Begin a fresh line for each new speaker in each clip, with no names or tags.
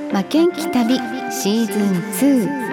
負けんき旅シーズン2。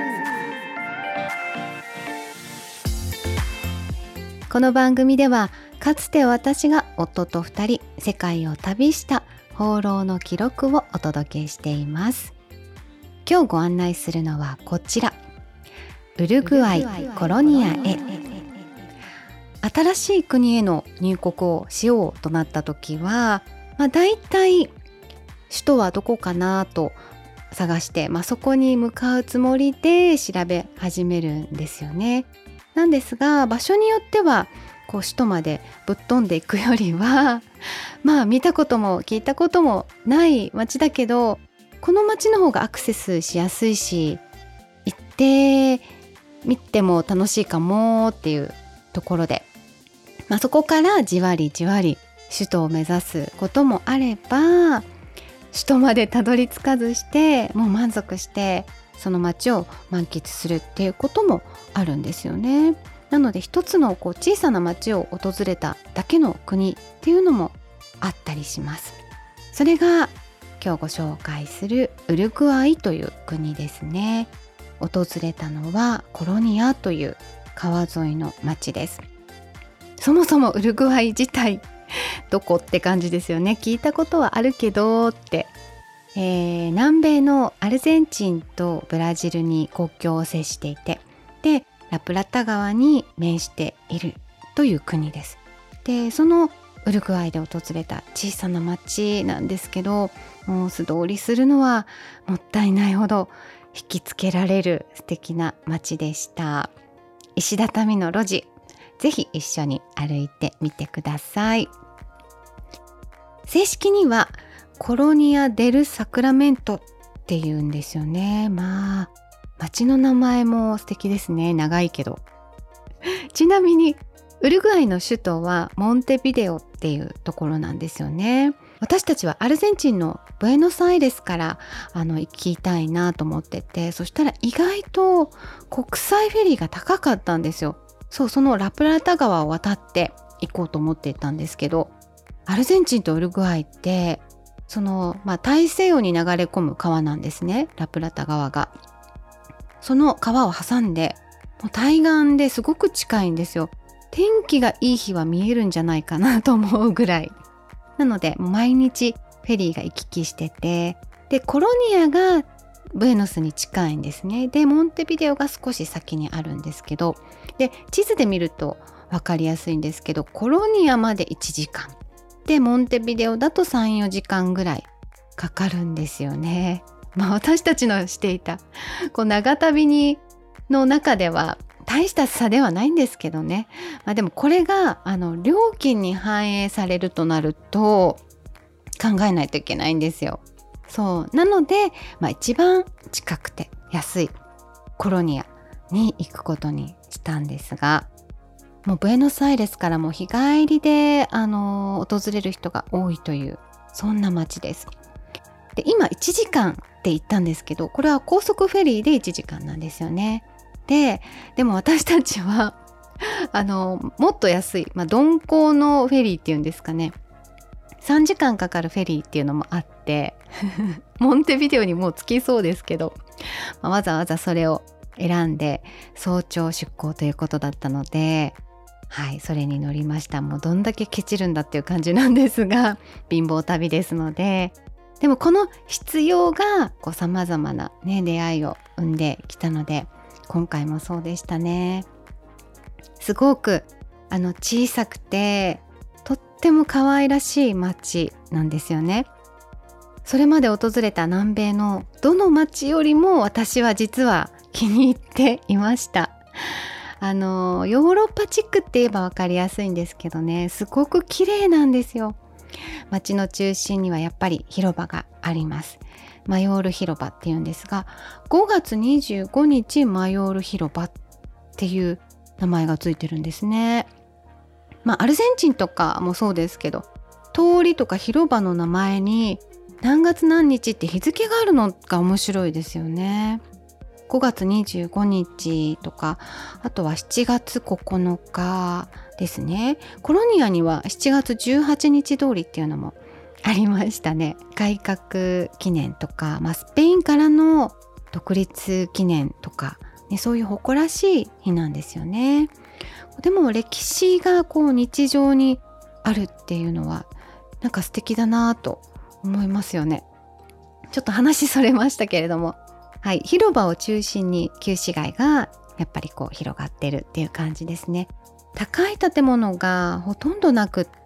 この番組ではかつて私が夫と2人世界を旅した放浪の記録をお届けしています。今日ご案内するのはこちら、ウルグアイコロニアへ。新しい国への入国をしようとなった時は、だいたい首都はどこかなと探して、そこに向かうつもりで調べ始めるんですよね。なんですが、場所によっては首都までぶっ飛んでいくよりは見たことも聞いたこともない街だけど、この街の方がアクセスしやすいし、行ってみても楽しいかもっていうところで、そこからじわりじわり首都を目指すこともあれば、首都までたどり着かずしてもう満足してその街を満喫するっていうこともあるんですよね。なので一つの小さな街を訪れただけの国っていうのもあったりします。それが今日ご紹介するウルグアイという国ですね。訪れたのはコロニアという川沿いの町です。そもそもウルグアイ自体どこって感じですよね。聞いたことはあるけどって、南米のアルゼンチンとブラジルに国境を接していて、でラプラタ川に面しているという国です。でそのウルグアイで訪れた小さな町なんですけど、もう素通りするのはもったいないほど引きつけられる素敵な町でした。石畳の路地、ぜひ一緒に歩いてみてください。正式にはコロニア・デル・サクラメントっていうんですよね。町の名前も素敵ですね。長いけどちなみにウルグアイの首都はモンテビデオっていうところなんですよね。私たちはアルゼンチンのブエノスアイレスから行きたいなと思ってて、そしたら意外と国際フェリーが高かったんですよ。そのラプラタ川を渡って行こうと思っていたんですけど、アルゼンチンとウルグアイって大西洋に流れ込む川なんですね、ラプラタ川が。その川を挟んでもう対岸ですごく近いんですよ。天気がいい日は見えるんじゃないかなと思うぐらいなので、毎日フェリーが行き来してて、でコロニアがブエノスに近いんですね。でモンテビデオが少し先にあるんですけど、で地図で見ると分かりやすいんですけど、コロニアまで1時間でモンテビデオだと 3,4 時間ぐらいかかるんですよね。私たちのしていた長旅の中では大した差ではないんですけどね。でもこれが料金に反映されるとなると考えないといけないんですよ。なので、一番近くて安いコロニアに行くことにしたんですが、もうブエノスアイレスからも日帰りで訪れる人が多いという、そんな街です。で今1時間って言ったんですけど、これは高速フェリーで1時間なんですよね。でも私たちはもっと安い、鈍行のフェリーっていうんですかね、3時間かかるフェリーっていうのもあってモンテビデオにもう着きそうですけど、わざわざそれを選んで早朝出港ということだったので、それに乗りました。もうどんだけケチるんだっていう感じなんですが、貧乏旅ですので。でもこの必要がさまざまな、出会いを生んできたので、今回もそうでしたね。すごく小さくてとっても可愛らしい街なんですよね。それまで訪れた南米のどの街よりも私は実は気に入っていました。ヨーロッパチックって言えば分かりやすいんですけどね、すごく綺麗なんですよ。街の中心にはやっぱり広場があります。マヨール広場っていうんですが、5月25日マヨール広場っていう名前がついてるんですね。アルゼンチンとかもそうですけど、通りとか広場の名前に何月何日って日付があるのが面白いですよね。5月25日とか、あとは7月9日ですね。コロニアには7月18日通りっていうのもありましたね。改革記念とか、スペインからの独立記念とか、ね、そういう誇らしい日なんですよね。でも歴史が日常にあるっていうのはなんか素敵だなと思いますよね。ちょっと話それましたけれども、はい、広場を中心に旧市街がやっぱり広がってるっていう感じですね。高い建物がほとんどなくって、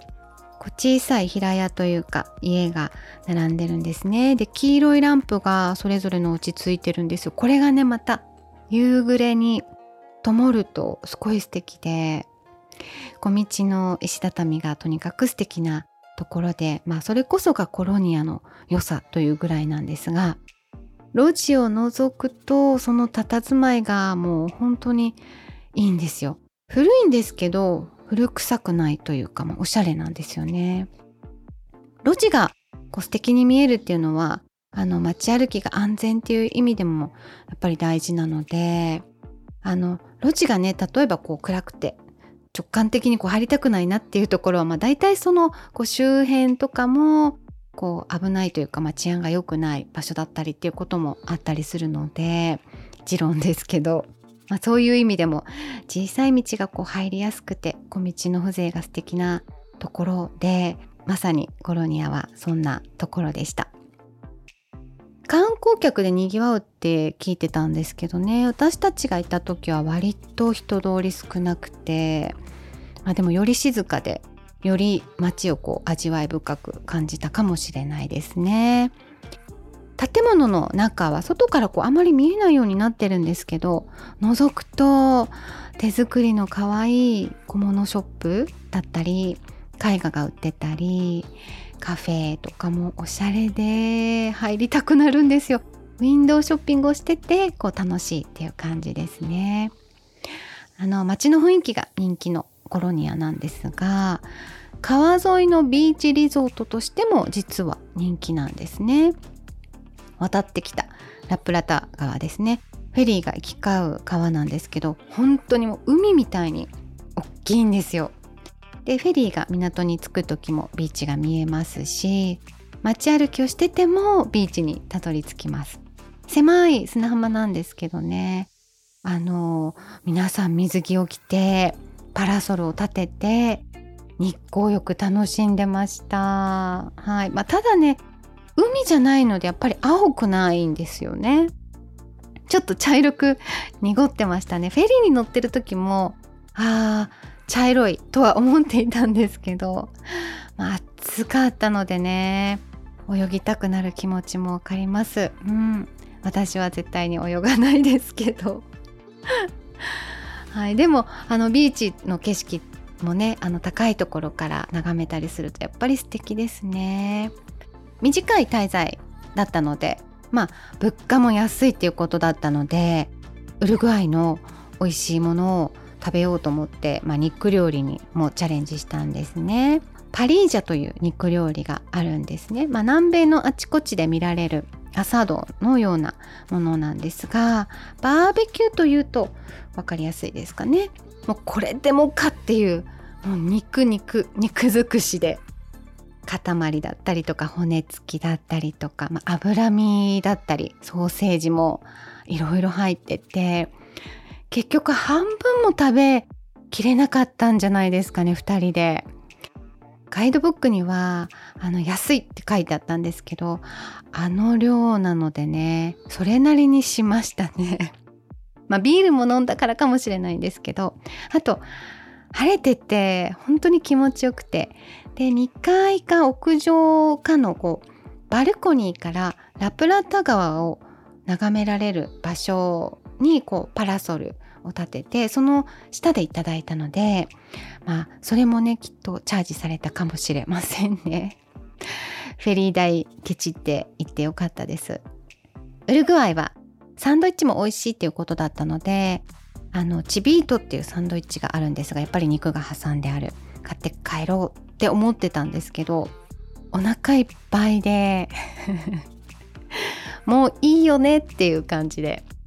小さい平屋というか家が並んでるんですね。で、黄色いランプがそれぞれのうちついてるんですよ。これがねまた夕暮れに灯るとすごい素敵で、小道の石畳がとにかく素敵なところで、それこそがコロニアの良さというぐらいなんですが、路地を覗くとその佇まいがもう本当にいいんですよ。古いんですけど古臭くないというか、おしゃれなんですよね。路地が素敵に見えるっていうのは街歩きが安全っていう意味でもやっぱり大事なので、路地がね例えば暗くて直感的に入りたくないなっていうところは、大体その周辺とかも危ないというか、治安が良くない場所だったりっていうこともあったりするので、持論ですけど、そういう意味でも小さい道が入りやすくて小道の風情が素敵なところで、まさにコロニアはそんなところでした。観光客で賑わうって聞いてたんですけどね、私たちがいた時は割と人通り少なくて、でもより静かでより街を味わい深く感じたかもしれないですね。建物の中は外からあまり見えないようになってるんですけど、覗くと手作りの可愛い小物ショップだったり、絵画が売ってたり、カフェとかもおしゃれで入りたくなるんですよ。ウィンドウショッピングをしてて楽しいっていう感じですね。街の雰囲気が人気のコロニアなんですが、川沿いのビーチリゾートとしても実は人気なんですね。渡ってきたラプラタ川ですね。フェリーが行き交う川なんですけど、本当にもう海みたいに大きいんですよ。で、フェリーが港に着く時もビーチが見えますし、街歩きをしててもビーチにたどり着きます。狭い砂浜なんですけどね、皆さん水着を着てパラソルを立てて日光浴楽しんでました。はい。ただね、海じゃないのでやっぱり青くないんですよね。ちょっと茶色く濁ってましたね。フェリーに乗ってる時も茶色いとは思っていたんですけど、暑かったのでね、泳ぎたくなる気持ちもわかります。私は絶対に泳がないですけどはい。でもビーチの景色もね、高いところから眺めたりするとやっぱり素敵ですね。短い滞在だったので、物価も安いっていうことだったので、ウルグアイの美味しいものを食べようと思って、肉料理にもチャレンジしたんですね。パリージャという肉料理があるんですね。南米のあちこちで見られるアサドのようなものなんですが、バーベキューというと分かりやすいですかね。もうこれでもかっていう、もう肉尽くしで、塊だったりとか骨付きだったりとか、脂身だったりソーセージもいろいろ入ってて、結局半分も食べきれなかったんじゃないですかね、2人で。ガイドブックには安いって書いてあったんですけど、量なのでね、それなりにしましたねビールも飲んだからかもしれないんですけど、あと晴れてて本当に気持ちよくて、で2階か屋上かのバルコニーからラプラタ川を眺められる場所にパラソルを立てて、その下でいただいたので、それもねきっとチャージされたかもしれませんねフェリー代ケチって言ってよかったです。ウルグアイはサンドイッチも美味しいっていうことだったので、チビートっていうサンドイッチがあるんですが、やっぱり肉が挟んである、買って帰ろうって思ってたんですけど、お腹いっぱいでもういいよねっていう感じで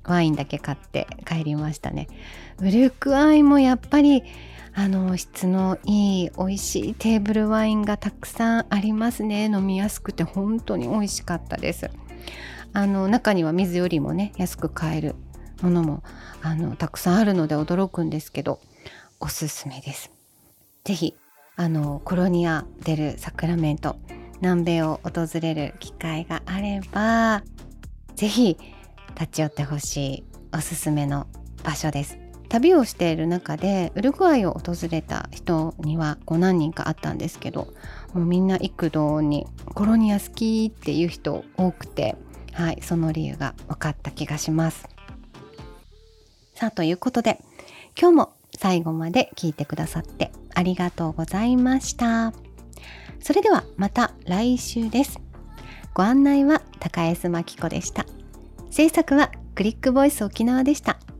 ワインだけ買って帰りましたね。ウルグアイもやっぱり質のいい美味しいテーブルワインがたくさんありますね。飲みやすくて本当に美味しかったです。中には水よりもね安く買えるものもたくさんあるので驚くんですけど、おすすめです。ぜひコロニア・デル・サクラメント、南米を訪れる機会があればぜひ立ち寄ってほしいおすすめの場所です。旅をしている中でウルグアイを訪れた人には何人かあったんですけど、もうみんな幾度にコロニア好きっていう人多くて、はい、その理由が分かった気がします。さあ、ということで今日も最後まで聞いてくださってありがとうございました。それではまた来週です。ご案内は高安真紀子でした。制作はクリックボイス沖縄でした。